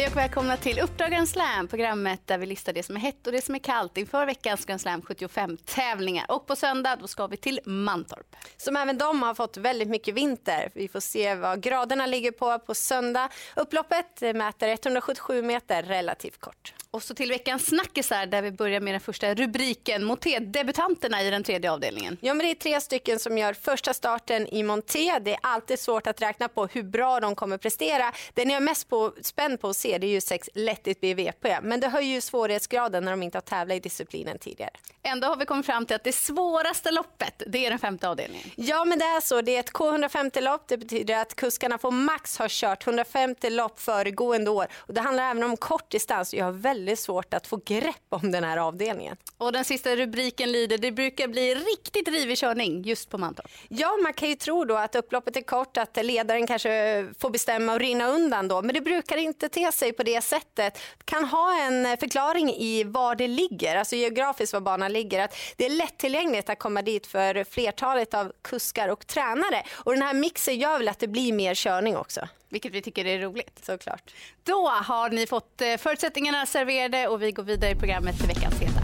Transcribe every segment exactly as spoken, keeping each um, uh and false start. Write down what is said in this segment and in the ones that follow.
Hej och välkomna till Uppdrag Grand Slam, programmet där vi listar det som är hett och det som är kallt inför veckans Grand Slam sjuttiofem-tävlingar. Och på söndag då ska vi till Mantorp. Som även de har fått väldigt mycket vinter. Vi får se vad graderna ligger på på söndag. Upploppet mäter etthundrasjuttiosju meter, relativt kort. Och så till veckans snackisar där vi börjar med den första rubriken. Monté-debutanterna i den tredje avdelningen. Ja, men det är tre stycken som gör första starten i Monté. Det är alltid svårt att räkna på hur bra de kommer prestera. Den jag är mest på, spänd på att se det är ju sex Let It Be V P. Men det höjer ju svårighetsgraden när de inte har tävlat i disciplinen tidigare. Ändå har vi kommit fram till att det svåraste loppet, det är den femte avdelningen. Ja, men det är så. Det är ett K hundrafemtio-lopp. Det betyder att kuskarna får max ha kört hundrafemtio lopp föregående år. Och det handlar även om kort distans. Jag har väldigt svårt att få grepp om den här avdelningen. Och den sista rubriken lyder, det brukar bli riktigt rivig körning just på Mantorp. Ja, man kan ju tro då att upploppet är kort, att ledaren kanske får bestämma och rinna undan då. Men det brukar inte te sig på det sättet. Kan ha en förklaring i var det ligger, alltså geografiskt var banan ligger. Att det är lättillgängligt att komma dit för flertalet av kuskar och tränare. Och den här mixen gör väl att det blir mer körning också. Vilket vi tycker är roligt. Såklart. Då har ni fått förutsättningarna serverade och vi går vidare i programmet till veckans heta.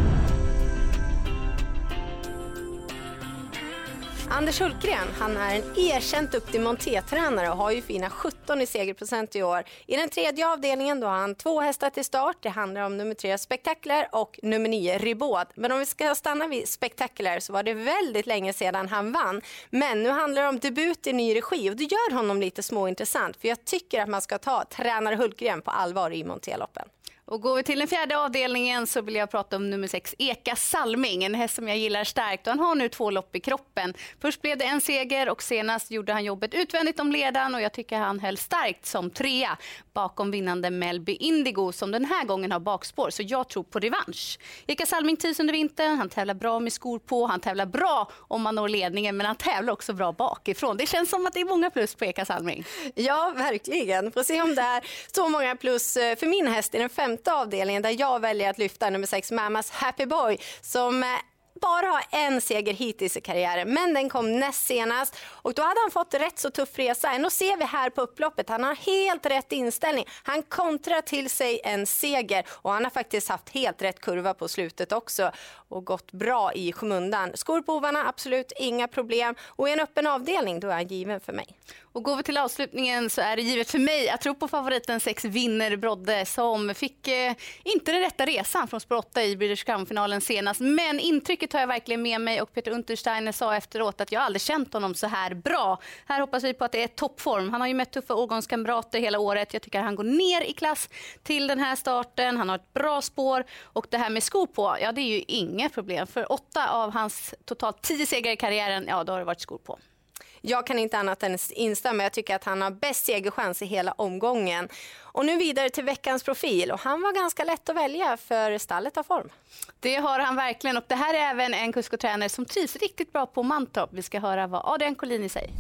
Anders Hultgren, han är en erkänt duktig monté-tränare och har ju fina sjutton i segerprocent i år. I den tredje avdelningen då har han två hästar till start. Det handlar om nummer tre Spectacular och nummer nio Ribot. Men om vi ska stanna vid Spectacular så var det väldigt länge sedan han vann. Men nu handlar det om debut i ny regi och det gör honom lite småintressant. För jag tycker att man ska ta tränare Hultgren på allvar i monté-loppen. Och går vi till den fjärde avdelningen så vill jag prata om nummer sex Eka Salming, en häst som jag gillar starkt och han har nu två lopp i kroppen. Först blev det en seger och senast gjorde han jobbet utvändigt om ledaren och jag tycker han höll starkt som trea bakom vinnande Melby Indigo som den här gången har bakspår, så jag tror på revansch. Eka Salming trivs under vintern, han tävlar bra med skor på, han tävlar bra om man når ledningen men han tävlar också bra bakifrån. Det känns som att det är många plus på Eka Salming. Ja, verkligen. Får se om det är så många plus för min häst i den femte avdelningen där jag väljer att lyfta nummer sex Mamas Happy Boy som bara har en seger hittills i karriären, men den kom näst senast och då hade han fått rätt så tuff resa. Ändå ser vi här på upploppet, han har helt rätt inställning. Han kontrar till sig en seger och han har faktiskt haft helt rätt kurva på slutet också och gått bra i skymundan. Skorpovarna, absolut inga problem och i en öppen avdelning då är han given för mig. Och går vi till avslutningen så är det givet för mig att tro på favoriten sex Vinner Brodde som fick eh, inte den rätta resan från spår åtta i British Crown-finalen senast. Men intrycket har jag verkligen med mig och Peter Untersteiner sa efteråt att jag aldrig känt honom så här bra. Här hoppas vi på att det är toppform. Han har ju mött tuffa årgångskamrater hela året. Jag tycker att han går ner i klass till den här starten. Han har ett bra spår och det här med skor på, ja det är ju inga problem. För åtta av hans totalt tio segrar i karriären, ja då har det varit skor på. Jag kan inte annat än instämma. Jag tycker att han har bäst segerchans i hela omgången. Och nu vidare till veckans profil. Och han var ganska lätt att välja för stallet av form. Det har han verkligen. Och det här är även en kusk och tränare som trivs riktigt bra på Mantorp. Vi ska höra vad Adrian Collini säger.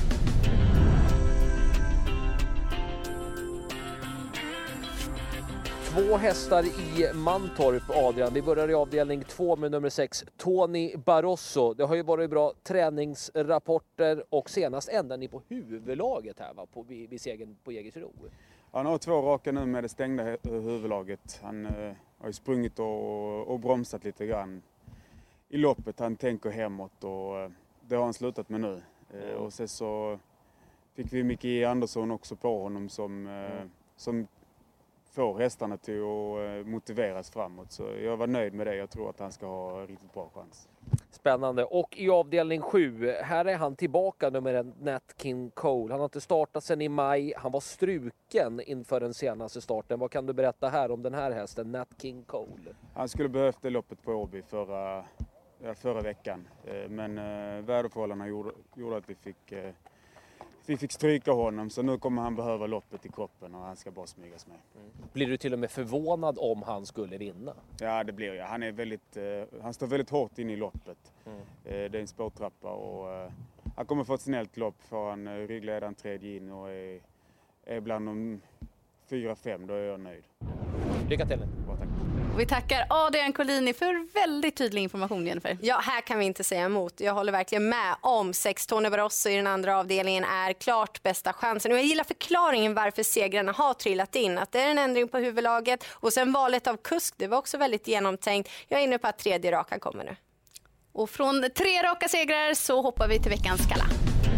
Två hästar i Mantorp, Adrian. Vi börjar i avdelning två med nummer sex, Tony Barroso. Det har ju varit bra träningsrapporter och senast ända ni på huvudlaget här va, på, vid, vid segern på Jägersro. Han har två raka nu med det stängda huvudlaget. Han eh, har ju sprungit och, och bromsat lite grann i loppet. Han tänker hemåt och eh, det har han slutat med nu. Eh, och sen så fick vi Micke Andersson också på honom som, eh, mm. som får hästarna till att motiveras framåt. Så jag var nöjd med det. Jag tror att han ska ha riktigt bra chans. Spännande. Och i avdelning sju, här är han tillbaka nummer en, Nat King Cole. Han har inte startat sedan i maj. Han var struken inför den senaste starten. Vad kan du berätta här om den här hästen, Nat King Cole? Han skulle behövt det loppet på Åby förra, förra veckan. Men väderförhållandena gjorde, gjorde att vi fick... Vi fick stryka honom, så nu kommer han behöva loppet i kroppen och han ska bara smygas med. Mm. Blir du till och med förvånad om han skulle vinna? Ja, det blir jag. Han, är väldigt, eh, han står väldigt hårt in i loppet. Mm. Eh, det är en spårtrappa och eh, han kommer få ett snällt lopp för han eh, ryggledaren tredje in och är, är bland de fyra fem, då är jag nöjd. Lycka till! Bra, tack. Vi tackar Adrian Collini för väldigt tydlig information, Jennifer. Ja, här kan vi inte säga emot. Jag håller verkligen med om sex Tony Barroso i den andra avdelningen är klart bästa chansen. Och jag gillar förklaringen varför segrarna har trillat in. Att det är en ändring på huvudlaget och sen valet av kusk, det var också väldigt genomtänkt. Jag är inne på att tredje raka kommer nu. Och från tre raka segrar så hoppar vi till veckans kalla.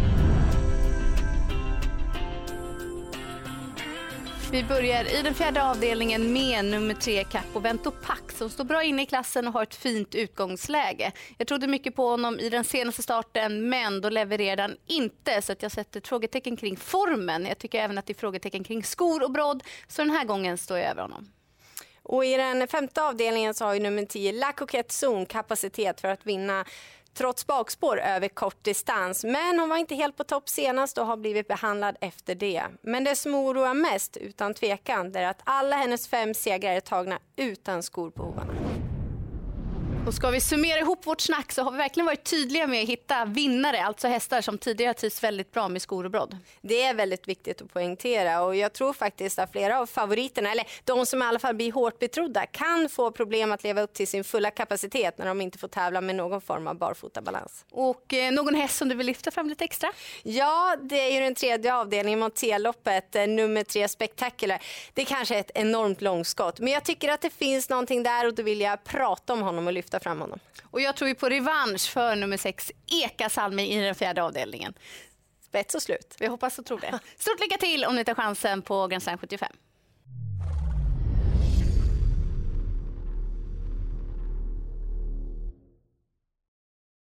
Vi börjar i den fjärde avdelningen med nummer tre Capo Vento Pax som står bra inne i klassen och har ett fint utgångsläge. Jag trodde mycket på honom i den senaste starten, men då levererade han inte, så att jag sätter ett frågetecken kring formen. Jag tycker även att det är frågetecken kring skor och brodd, så den här gången står jag över honom. Och i den femte avdelningen så har ju nummer tio La Coquette Zone kapacitet för att vinna trots bakspår över kort distans. Men hon var inte helt på topp senast och har blivit behandlad efter det. Men det som oroar mest utan tvekan är att alla hennes fem segrar är tagna utan skor på hovarna. Och ska vi summera ihop vårt snack så har vi verkligen varit tydliga med att hitta vinnare, alltså hästar som tidigare trivs väldigt bra med skor och brodd. Det är väldigt viktigt att poängtera och jag tror faktiskt att flera av favoriterna, eller de som i alla fall blir hårt betrodda, kan få problem att leva upp till sin fulla kapacitet när de inte får tävla med någon form av barfotabalans. Och eh, någon häst som du vill lyfta fram lite extra? Ja, det är ju den tredje avdelningen, Monteloppet, nummer tre Spectacular. Det är kanske är ett enormt långskott, men jag tycker att det finns någonting där och då vill jag prata om honom och lyfta fram honom. Och jag tror ju på revansch för nummer sex Eka Salmi i den fjärde avdelningen. Spets och slut. Vi hoppas och tror det. Stort lycka till om ni tar chansen på Grand Slam sjuttiofem.